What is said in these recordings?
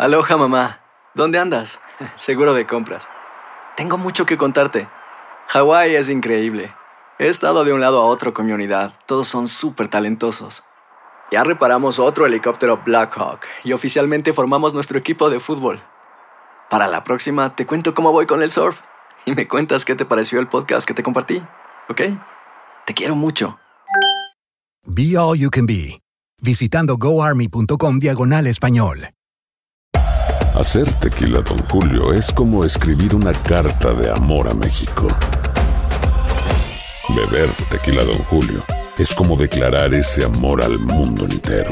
Aloha, mamá. ¿Dónde andas? Seguro de compras. Tengo mucho que contarte. Hawái es increíble. He estado de un lado a otro con mi unidad. Todos son súper talentosos. Ya reparamos otro helicóptero Blackhawk y oficialmente formamos nuestro equipo de fútbol. Para la próxima te cuento cómo voy con el surf y me cuentas qué te pareció el podcast que te compartí, ¿ok? Te quiero mucho. Be All You Can Be, visitando goarmy.com/español. Hacer tequila Don Julio es como escribir una carta de amor a México. Beber tequila Don Julio es como declarar ese amor al mundo entero.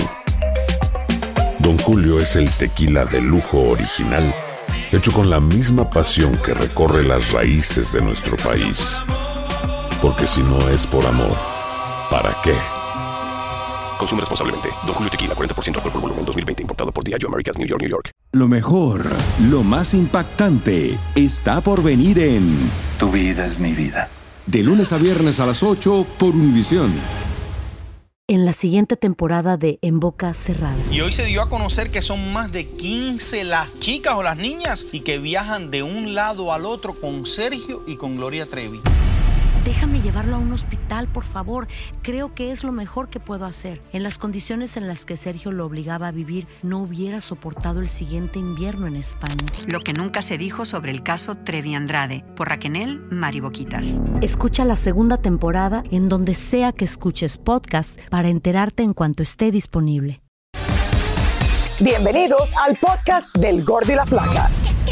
Don Julio es el tequila de lujo original, hecho con la misma pasión que recorre las raíces de nuestro país. Porque si no es por amor, ¿para qué? Consume responsablemente. Don Julio Tequila, 40% alcohol por volumen, 2020. Importado por Diageo Americas, New York, New York. Lo mejor, lo más impactante, está por venir en Tu vida es mi vida. De lunes a viernes a las 8 por Univisión. En la siguiente temporada de En Boca Cerrada. Y hoy se dio a conocer que son más de 15 las chicas o las niñas y que viajan de un lado al otro con Sergio y con Gloria Trevi. Déjame llevarlo a un hospital, por favor. Creo que es lo mejor que puedo hacer. En las condiciones en las que Sergio lo obligaba a vivir, no hubiera soportado el siguiente invierno en España. Lo que nunca se dijo sobre el caso Trevi Andrade, por Raquel Mariboquitas. Escucha la segunda temporada en donde sea que escuches podcast para enterarte en cuanto esté disponible. Bienvenidos al podcast del Gordo y la Flaca.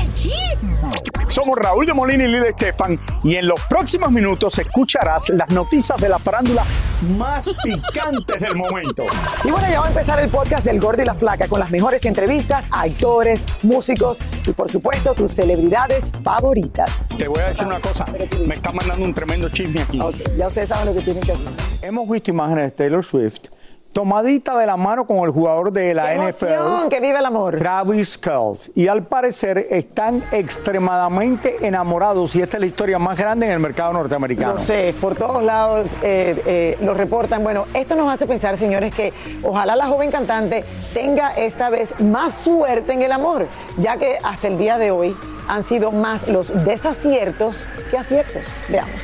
Somos Raúl de Molina y Lidia Estefan y en los próximos minutos escucharás las noticias de la farándula más picantes del momento. Y bueno, ya va a empezar el podcast del Gordo y la Flaca con las mejores entrevistas a actores, músicos y por supuesto tus celebridades favoritas. Te voy a decir una cosa, me están mandando un tremendo chisme aquí. Okay, ya ustedes saben lo que tienen que hacer. Hemos visto imágenes de Taylor Swift tomadita de la mano con el jugador de la NFL, que vive el amor, Travis Kelce, y al parecer están extremadamente enamorados y esta es la historia más grande en el mercado norteamericano. No sé, por todos lados lo reportan. Bueno, esto nos hace pensar, señores, que ojalá la joven cantante tenga esta vez más suerte en el amor, ya que hasta el día de hoy han sido más los desaciertos que aciertos. Veamos.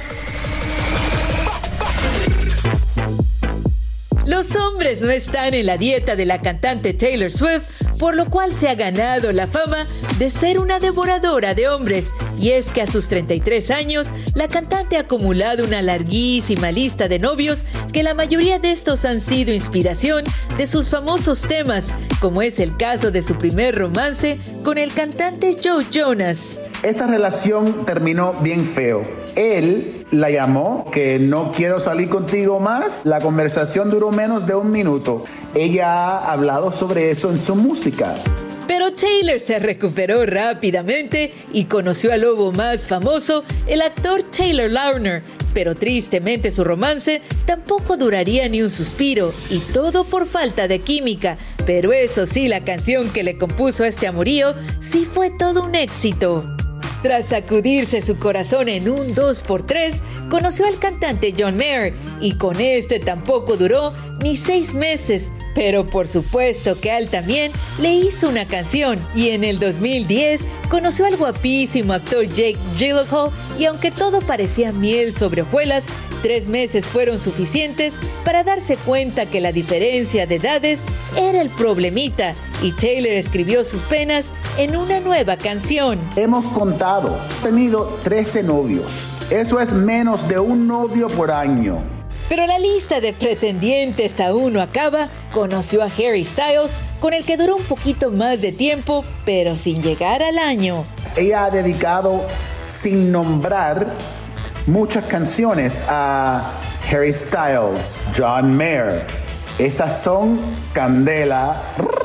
Los hombres no están en la dieta de la cantante Taylor Swift, por lo cual se ha ganado la fama de ser una devoradora de hombres. Y es que a sus 33 años, la cantante ha acumulado una larguísima lista de novios que la mayoría de estos han sido inspiración de sus famosos temas, como es el caso de su primer romance con el cantante Joe Jonas. Esa relación terminó bien feo. Él la llamó que no quiero salir contigo más. La conversación duró menos de 1 minuto. Ella ha hablado sobre eso en su música. Pero Taylor se recuperó rápidamente y conoció al lobo más famoso, el actor Taylor Lautner. Pero tristemente su romance tampoco duraría ni un suspiro, y todo por falta de química. Pero eso sí, la canción que le compuso a este amorío sí fue todo un éxito. Tras sacudirse su corazón en un 2x3, conoció al cantante John Mayer y con este tampoco duró ni 6 meses. Pero por supuesto que a él también le hizo una canción y en el 2010 conoció al guapísimo actor Jake Gyllenhaal y aunque todo parecía miel sobre hojuelas, 3 meses fueron suficientes para darse cuenta que la diferencia de edades era el problemita y Taylor escribió sus penas en una nueva canción. Hemos contado, he tenido 13 novios. Eso es menos de 1 novio por año. Pero la lista de pretendientes aún no acaba. Conoció a Harry Styles, con el que duró un poquito más de tiempo, pero sin llegar al año. Ella ha dedicado, sin nombrar, muchas canciones a Harry Styles, John Mayer. Esas son candela.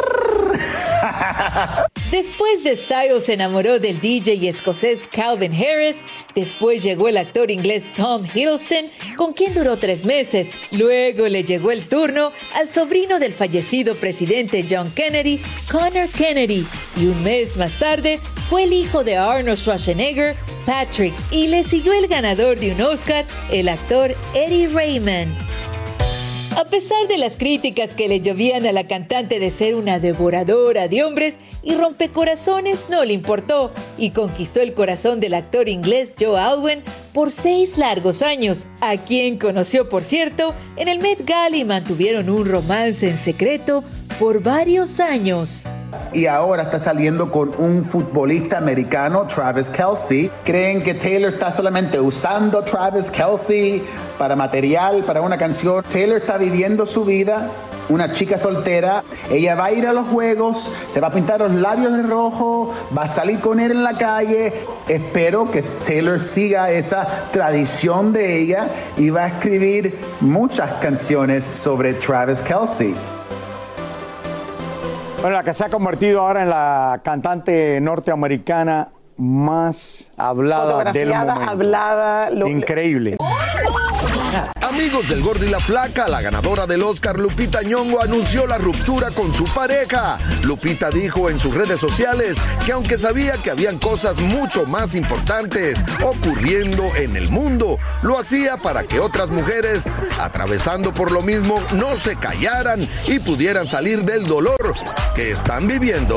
Después de Styles se enamoró del DJ escocés Calvin Harris. Después llegó el actor inglés Tom Hiddleston, con quien duró 3 meses. Luego le llegó el turno al sobrino del fallecido presidente John Kennedy, Connor Kennedy. Y un mes más tarde fue el hijo de Arnold Schwarzenegger, Patrick. Y le siguió el ganador de un Oscar, el actor Eddie Raymond. A pesar de las críticas que le llovían a la cantante de ser una devoradora de hombres y rompecorazones, no le importó y conquistó el corazón del actor inglés Joe Alwyn por 6 largos años, a quien conoció, por cierto, en el Met Gala y mantuvieron un romance en secreto por varios años. Y ahora está saliendo con un futbolista americano, Travis Kelce. ¿Creen que Taylor está solamente usando Travis Kelce para material, para una canción? Taylor está viviendo su vida, una chica soltera. Ella va a ir a los juegos, se va a pintar los labios de rojo, va a salir con él en la calle. Espero que Taylor siga esa tradición de ella y va a escribir muchas canciones sobre Travis Kelce. Bueno, la que se ha convertido ahora en la cantante norteamericana más hablada del momento. Hablada. Increíble. Amigos del Gordo y la Flaca, la ganadora del Oscar, Lupita Nyong'o, anunció la ruptura con su pareja. Lupita dijo en sus redes sociales que aunque sabía que habían cosas mucho más importantes ocurriendo en el mundo, lo hacía para que otras mujeres, atravesando por lo mismo, no se callaran y pudieran salir del dolor que están viviendo.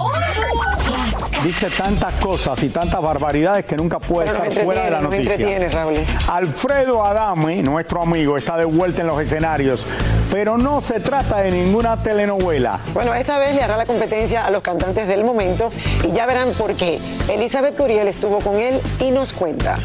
Dice tantas cosas y tantas barbaridades que nunca puede estar fuera de la noticia. Alfredo Adame, nuestro amigo, está de vuelta en los escenarios, pero no se trata de ninguna telenovela. Bueno, esta vez le hará la competencia a los cantantes del momento y ya verán por qué. Elizabeth Curiel estuvo con él y nos cuenta.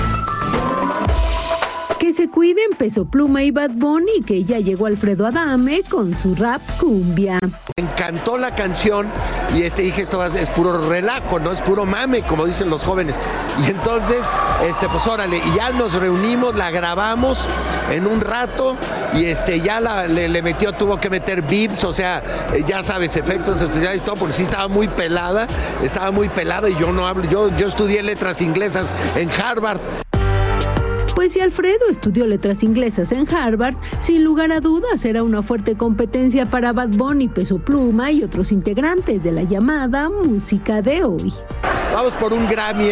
Que se cuiden Peso Pluma y Bad Bunny, que ya llegó Alfredo Adame con su rap cumbia. Me encantó la canción y dije, esto es puro relajo, ¿no? Es puro mame, como dicen los jóvenes. Y entonces, pues órale, y ya nos reunimos, la grabamos en un rato y ya le metió, tuvo que meter beeps, o sea, ya sabes, efectos especiales y todo, porque sí estaba muy pelada y yo no hablo, yo estudié letras inglesas en Harvard. Pues si Alfredo estudió letras inglesas en Harvard, sin lugar a dudas era una fuerte competencia para Bad Bunny, Peso Pluma y otros integrantes de la llamada música de hoy. Vamos por un Grammy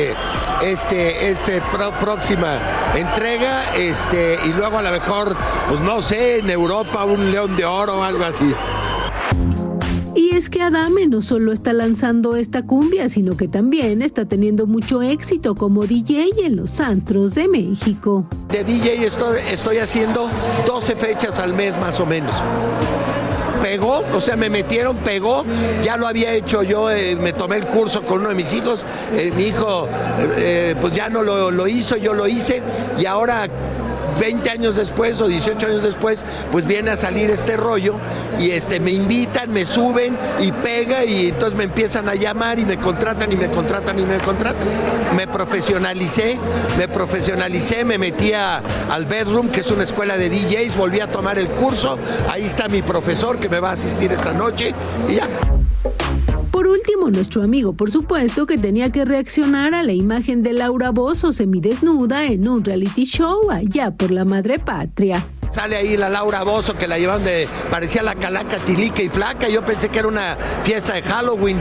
próxima entrega, y luego a lo mejor, pues no sé, en Europa un León de Oro o algo así. Y es que Adame no solo está lanzando esta cumbia, sino que también está teniendo mucho éxito como DJ en los antros de México. De DJ estoy haciendo 12 fechas al mes más o menos. Pegó, o sea, me metieron, pegó, ya lo había hecho yo, me tomé el curso con uno de mis hijos, mi hijo pues ya no lo hizo, yo lo hice, y ahora 20 años después o 18 años después, pues viene a salir este rollo y me invitan, me suben y pega, y entonces me empiezan a llamar y me contratan y me contratan y me contratan. Me profesionalicé, me metí al Bedroom, que es una escuela de DJs, volví a tomar el curso, ahí está mi profesor que me va a asistir esta noche y ya. Por último, nuestro amigo, por supuesto, que tenía que reaccionar a la imagen de Laura Bozzo semidesnuda en un reality show allá por la madre patria. Sale ahí la Laura Bozzo, que la llevaban parecía la calaca tilica y flaca. Yo pensé que era una fiesta de Halloween.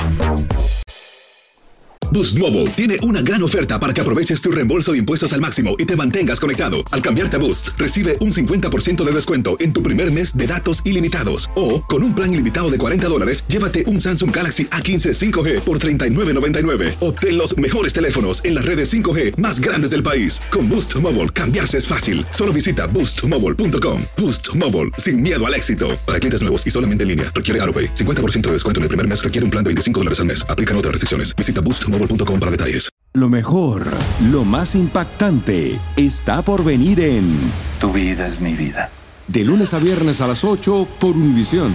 Boost Mobile tiene una gran oferta para que aproveches tu reembolso de impuestos al máximo y te mantengas conectado. Al cambiarte a Boost, recibe un 50% de descuento en tu primer mes de datos ilimitados. O, con un plan ilimitado de $40, llévate un Samsung Galaxy A15 5G por $39.99. Obtén los mejores teléfonos en las redes 5G más grandes del país. Con Boost Mobile, cambiarse es fácil. Solo visita boostmobile.com. Boost Mobile, sin miedo al éxito. Para clientes nuevos y solamente en línea, requiere AutoPay. 50% de descuento en el primer mes requiere un plan de $25 al mes. Aplican otras restricciones. Visita boostmobile.com para detalles. Lo mejor, lo más impactante, está por venir en Tu vida es mi vida. De lunes a viernes a las 8 por Univisión.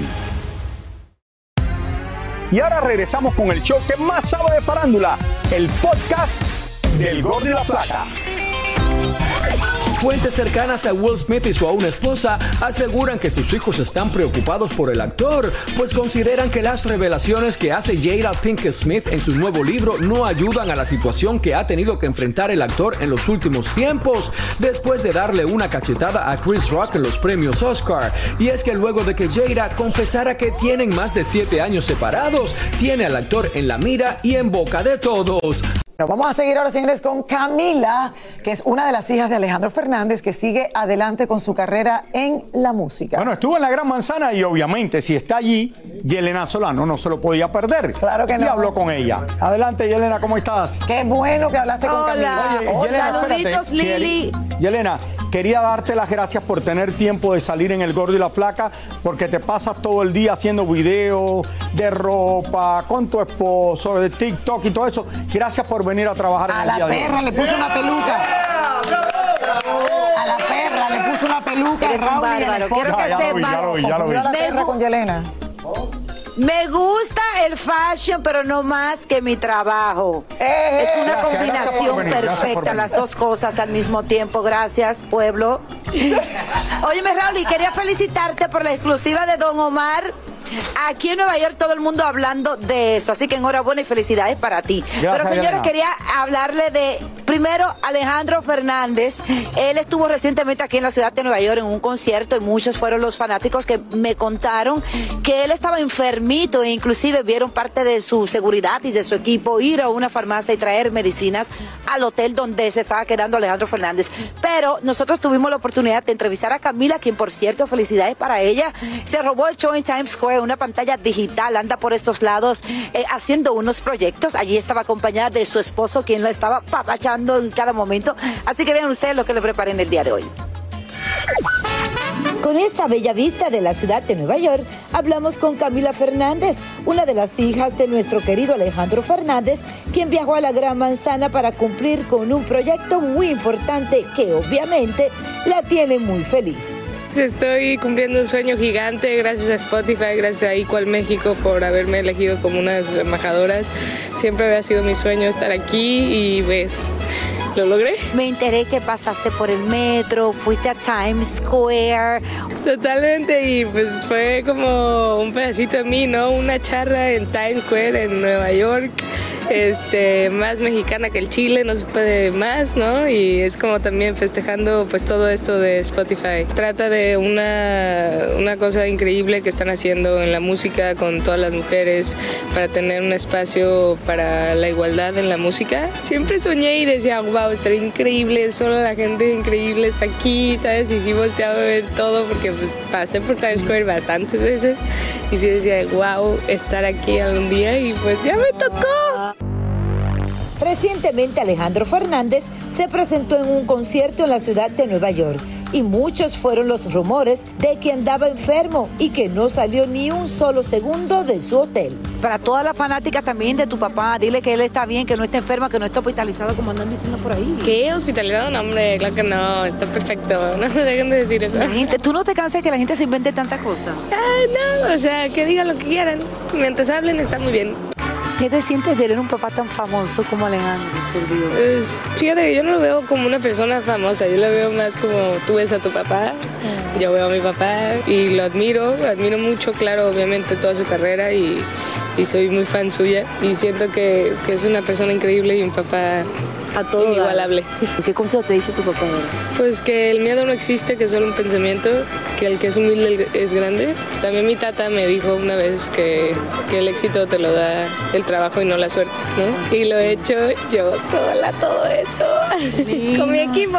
Y ahora regresamos con el show que más sabe de farándula, el podcast del Gordo y la Flaca. Fuentes cercanas a Will Smith y su aún esposa aseguran que sus hijos están preocupados por el actor, pues consideran que las revelaciones que hace Jada Pinkett Smith en su nuevo libro no ayudan a la situación que ha tenido que enfrentar el actor en los últimos tiempos, después de darle una cachetada a Chris Rock en los premios Oscar. Y es que luego de que Jada confesara que tienen más de 7 años separados, tiene al actor en la mira y en boca de todos. Bueno, vamos a seguir ahora, señores, con Camila, que es una de las hijas de Alejandro Fernández, que sigue adelante con su carrera en la música. Bueno, estuvo en la Gran Manzana y obviamente si está allí, Yelena Solano no se lo podía perder. Claro que no. Y habló con ella. Adelante, Yelena, ¿cómo estás? Qué bueno que hablaste con Camila. Oye, Yelena, saluditos, Lili. Yelena, quería darte las gracias por tener tiempo de salir en El Gordo y la Flaca, porque te pasas todo el día haciendo videos de ropa, con tu esposo, de TikTok y todo eso. Gracias por venir a trabajar en el día de hoy. A la perra le puso una peluca. A la perra le puso una peluca. Eres un bárbaro. Quiero que sepas. Ya lo vi. La perra con Yelena. Me gusta el fashion, pero no más que mi trabajo. Es una combinación perfecta, las dos cosas al mismo tiempo. Gracias, pueblo. Óyeme, Raúl, y quería felicitarte por la exclusiva de Don Omar. Aquí en Nueva York todo el mundo hablando de eso, así que enhorabuena y felicidades para ti. Gracias, pero señores, Elena. quería hablarle de, primero, Alejandro Fernández. Él estuvo recientemente aquí en la ciudad de Nueva York en un concierto y muchos fueron los fanáticos que me contaron que él estaba enfermito e inclusive vieron parte de su seguridad y de su equipo ir a una farmacia y traer medicinas al hotel donde se estaba quedando Alejandro Fernández. Pero nosotros tuvimos la oportunidad de entrevistar a Camila, quien por cierto, felicidades para ella, se robó el show en Times Square, una pantalla digital, anda por estos lados haciendo unos proyectos. Allí estaba acompañada de su esposo, quien la estaba papachando en cada momento. Así que vean ustedes lo que le preparé en el día de hoy. Con esta bella vista de la ciudad de Nueva York, hablamos con Camila Fernández, una de las hijas de nuestro querido Alejandro Fernández, quien viajó a la Gran Manzana para cumplir con un proyecto muy importante que obviamente la tiene muy feliz. Estoy cumpliendo un sueño gigante gracias a Spotify, gracias a Equal México por haberme elegido como una de sus embajadoras. Siempre había sido mi sueño estar aquí y pues lo logré. Me enteré que pasaste por el metro, fuiste a Times Square. Totalmente, y pues fue como un pedacito de mí, ¿no? Una charra en Times Square en Nueva York. Más mexicana que el Chile, no se puede más, ¿no? Y es como también festejando pues todo esto de Spotify. Trata de una cosa increíble que están haciendo en la música con todas las mujeres para tener un espacio para la igualdad en la música. Siempre soñé y decía, wow, estaría increíble, solo la gente increíble está aquí, ¿sabes? Y sí volteaba a ver todo porque pues pasé por Times Square bastantes veces y sí decía, wow, estar aquí algún día y pues ya me tocó. Recientemente Alejandro Fernández se presentó en un concierto en la ciudad de Nueva York y muchos fueron los rumores de que andaba enfermo y que no salió ni un solo segundo de su hotel. Para todas las fanáticas también de tu papá, dile que él está bien, que no está enfermo, que no está hospitalizado como andan diciendo por ahí. ¿Qué? ¿Hospitalizado? No, hombre, claro que no, está perfecto, no me dejen de decir eso. ¿Tú no te cansas de que la gente se invente tanta cosa? No, o sea, que digan lo que quieran, mientras hablen está muy bien. ¿Qué te sientes de tener un papá tan famoso como Alejandro, por Dios? Fíjate que yo no lo veo como una persona famosa, yo lo veo más como tú ves a tu papá, yo veo a mi papá y lo admiro mucho, claro, obviamente toda su carrera y soy muy fan suya y siento que es una persona increíble y un papá inigualable. ¿Qué consejo te dice tu papá ahora? Pues que el miedo no existe, que es solo un pensamiento, que el que es humilde es grande. También mi tata me dijo una vez que el éxito te lo da el trabajo y no la suerte, ¿no? Y lo he hecho yo sola todo esto, con mi equipo.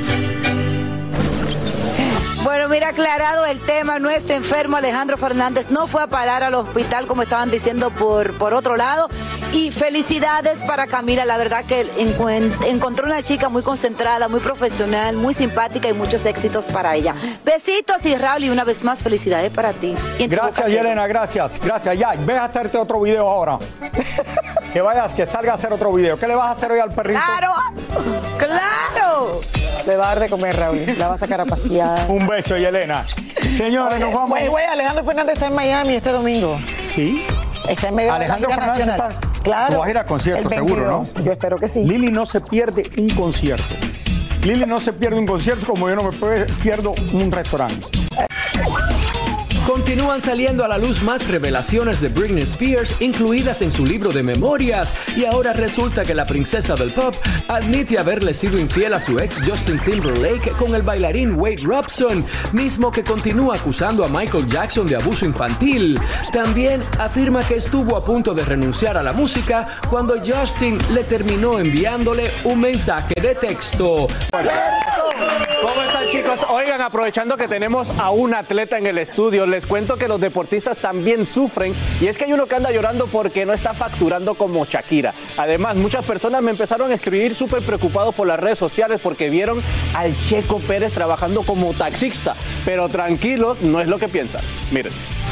Bueno, mira, aclarado el tema, no está enfermo Alejandro Fernández, no fue a parar al hospital como estaban diciendo por otro lado. Y felicidades para Camila, la verdad que encontró una chica muy concentrada, muy profesional, muy simpática y muchos éxitos para ella. Besitos y Raúl, y una vez más felicidades para ti. Gracias, Yelena, gracias. Ya, ve a hacerte otro video ahora. que salga a hacer otro video. ¿Qué le vas a hacer hoy al perrito? ¡Claro! Le va a dar de comer, Raúl. La va a sacar a pasear. Un beso, Yelena. Señores, nos vamos. Alejandro Fernández está en Miami este domingo. ¿Sí? Está en medio Alejandro de la gira Fernández nacional. está... Claro. Tú vas a ir a concierto, seguro, ¿no? Yo espero que sí. Lili no se pierde un concierto. Lili no se pierde un concierto como yo no me pierdo un restaurante. Continúan saliendo a la luz más revelaciones de Britney Spears incluidas en su libro de memorias, y ahora resulta que la princesa del pop admite haberle sido infiel a su ex Justin Timberlake con el bailarín Wade Robson, mismo que continúa acusando a Michael Jackson de abuso infantil. También afirma que estuvo a punto de renunciar a la música cuando Justin le terminó enviándole un mensaje de texto. ¿Cómo están, chicos? Oigan, aprovechando que tenemos a un atleta en el estudio, les cuento que los deportistas también sufren, y es que hay uno que anda llorando porque no está facturando como Shakira. Además, muchas personas me empezaron a escribir súper preocupados por las redes sociales porque vieron al Checo Pérez trabajando como taxista, pero tranquilos, no es lo que piensan. Miren.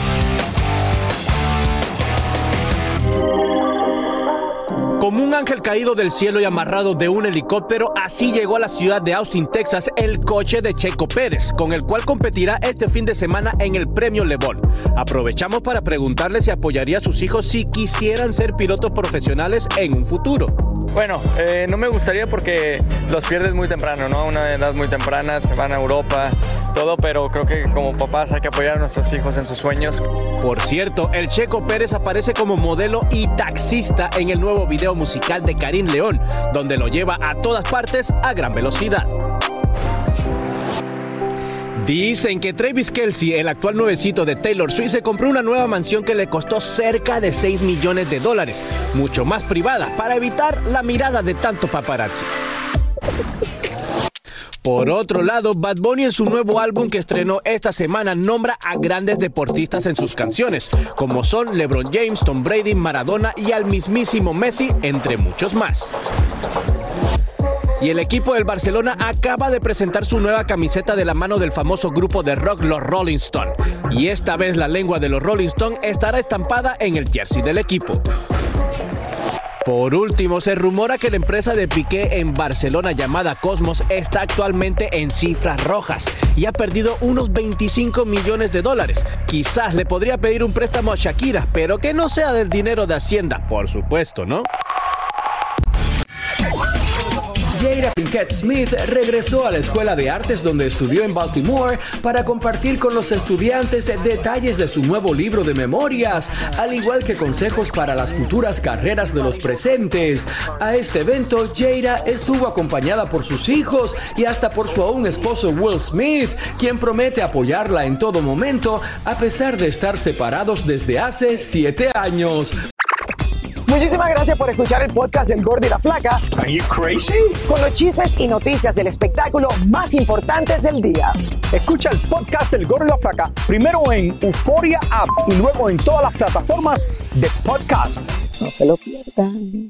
Como un ángel caído del cielo y amarrado de un helicóptero, así llegó a la ciudad de Austin, Texas, el coche de Checo Pérez, con el cual competirá este fin de semana en el Premio Le Bon. Aprovechamos para preguntarle si apoyaría a sus hijos si quisieran ser pilotos profesionales en un futuro. Bueno, no me gustaría porque los pierdes muy temprano, ¿no? A una edad muy temprana, se van a Europa, todo, pero creo que como papás hay que apoyar a nuestros hijos en sus sueños. Por cierto, el Checo Pérez aparece como modelo y taxista en el nuevo video musical de Karim León, donde lo lleva a todas partes a gran velocidad. Dicen que Travis Kelce, el actual nuevecito de Taylor Swift, se compró una nueva mansión que le costó cerca de $6 millones, mucho más privada, para evitar la mirada de tanto paparazzi. Por otro lado, Bad Bunny en su nuevo álbum que estrenó esta semana nombra a grandes deportistas en sus canciones, como son LeBron James, Tom Brady, Maradona y al mismísimo Messi, entre muchos más. Y el equipo del Barcelona acaba de presentar su nueva camiseta de la mano del famoso grupo de rock los Rolling Stones. Y esta vez la lengua de los Rolling Stones estará estampada en el jersey del equipo. Por último, se rumora que la empresa de Piqué en Barcelona llamada Cosmos está actualmente en cifras rojas y ha perdido unos $25 millones. Quizás le podría pedir un préstamo a Shakira, pero que no sea del dinero de Hacienda, por supuesto, ¿no? Jada Pinkett Smith regresó a la Escuela de Artes donde estudió en Baltimore para compartir con los estudiantes detalles de su nuevo libro de memorias, al igual que consejos para las futuras carreras de los presentes. A este evento, Jada estuvo acompañada por sus hijos y hasta por su aún esposo Will Smith, quien promete apoyarla en todo momento, a pesar de estar separados desde hace 7 años. Muchísimas gracias por escuchar el podcast del Gordo y la Flaca. Are you crazy? Con los chismes y noticias del espectáculo más importantes del día. Escucha el podcast del Gordo y la Flaca primero en Euphoria App y luego en todas las plataformas de podcast. No se lo pierdan.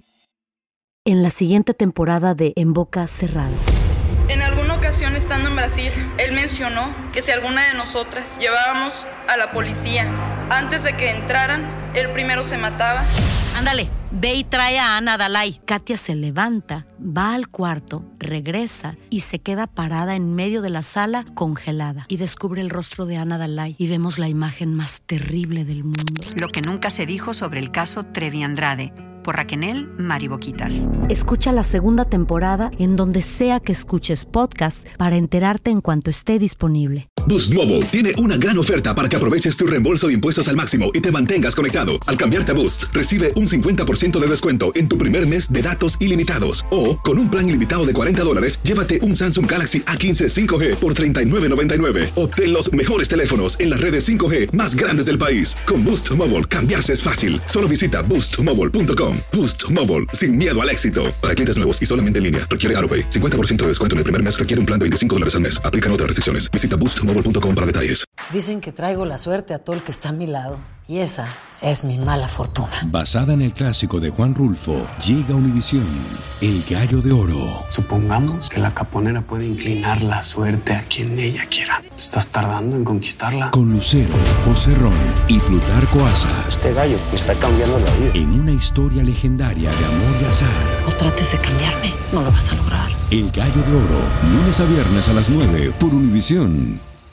En la siguiente temporada de En Boca Cerrada. En alguna ocasión estando en Brasil, él mencionó que si alguna de nosotras llevábamos a la policía antes de que entraran, él primero se mataba. Ándale, ve y trae a Ana Dalai. Katia se levanta, va al cuarto, regresa y se queda parada en medio de la sala congelada. Y descubre el rostro de Ana Dalai y vemos la imagen más terrible del mundo. Lo que nunca se dijo sobre el caso Trevi Andrade, por Raquel Mariboquitas. Escucha la segunda temporada en donde sea que escuches podcast para enterarte en cuanto esté disponible. Boost Mobile tiene una gran oferta para que aproveches tu reembolso de impuestos al máximo y te mantengas conectado. Al cambiarte a Boost, recibe un 50% de descuento en tu primer mes de datos ilimitados. O, con un plan ilimitado de $40, llévate un Samsung Galaxy A15 5G por $39.99. Obtén los mejores teléfonos en las redes 5G más grandes del país. Con Boost Mobile, cambiarse es fácil. Solo visita boostmobile.com. Boost Mobile, sin miedo al éxito. Para clientes nuevos y solamente en línea, requiere AutoPay. 50% de descuento en el primer mes, requiere un plan de $25 al mes. Aplican otras restricciones. Visita boostmobile.com para detalles. Dicen que traigo la suerte a todo el que está a mi lado. Y esa es mi mala fortuna. Basada en el clásico de Juan Rulfo, llega Univisión, El Gallo de Oro. Supongamos que la caponera puede inclinar la suerte a quien ella quiera. ¿Estás tardando en conquistarla? Con Lucero, José Ron y Plutarco Asa. Este gallo me está cambiando la vida. En una historia legendaria de amor y azar. No trates de cambiarme, no lo vas a lograr. El Gallo de Oro, lunes a viernes a las 9 por Univisión.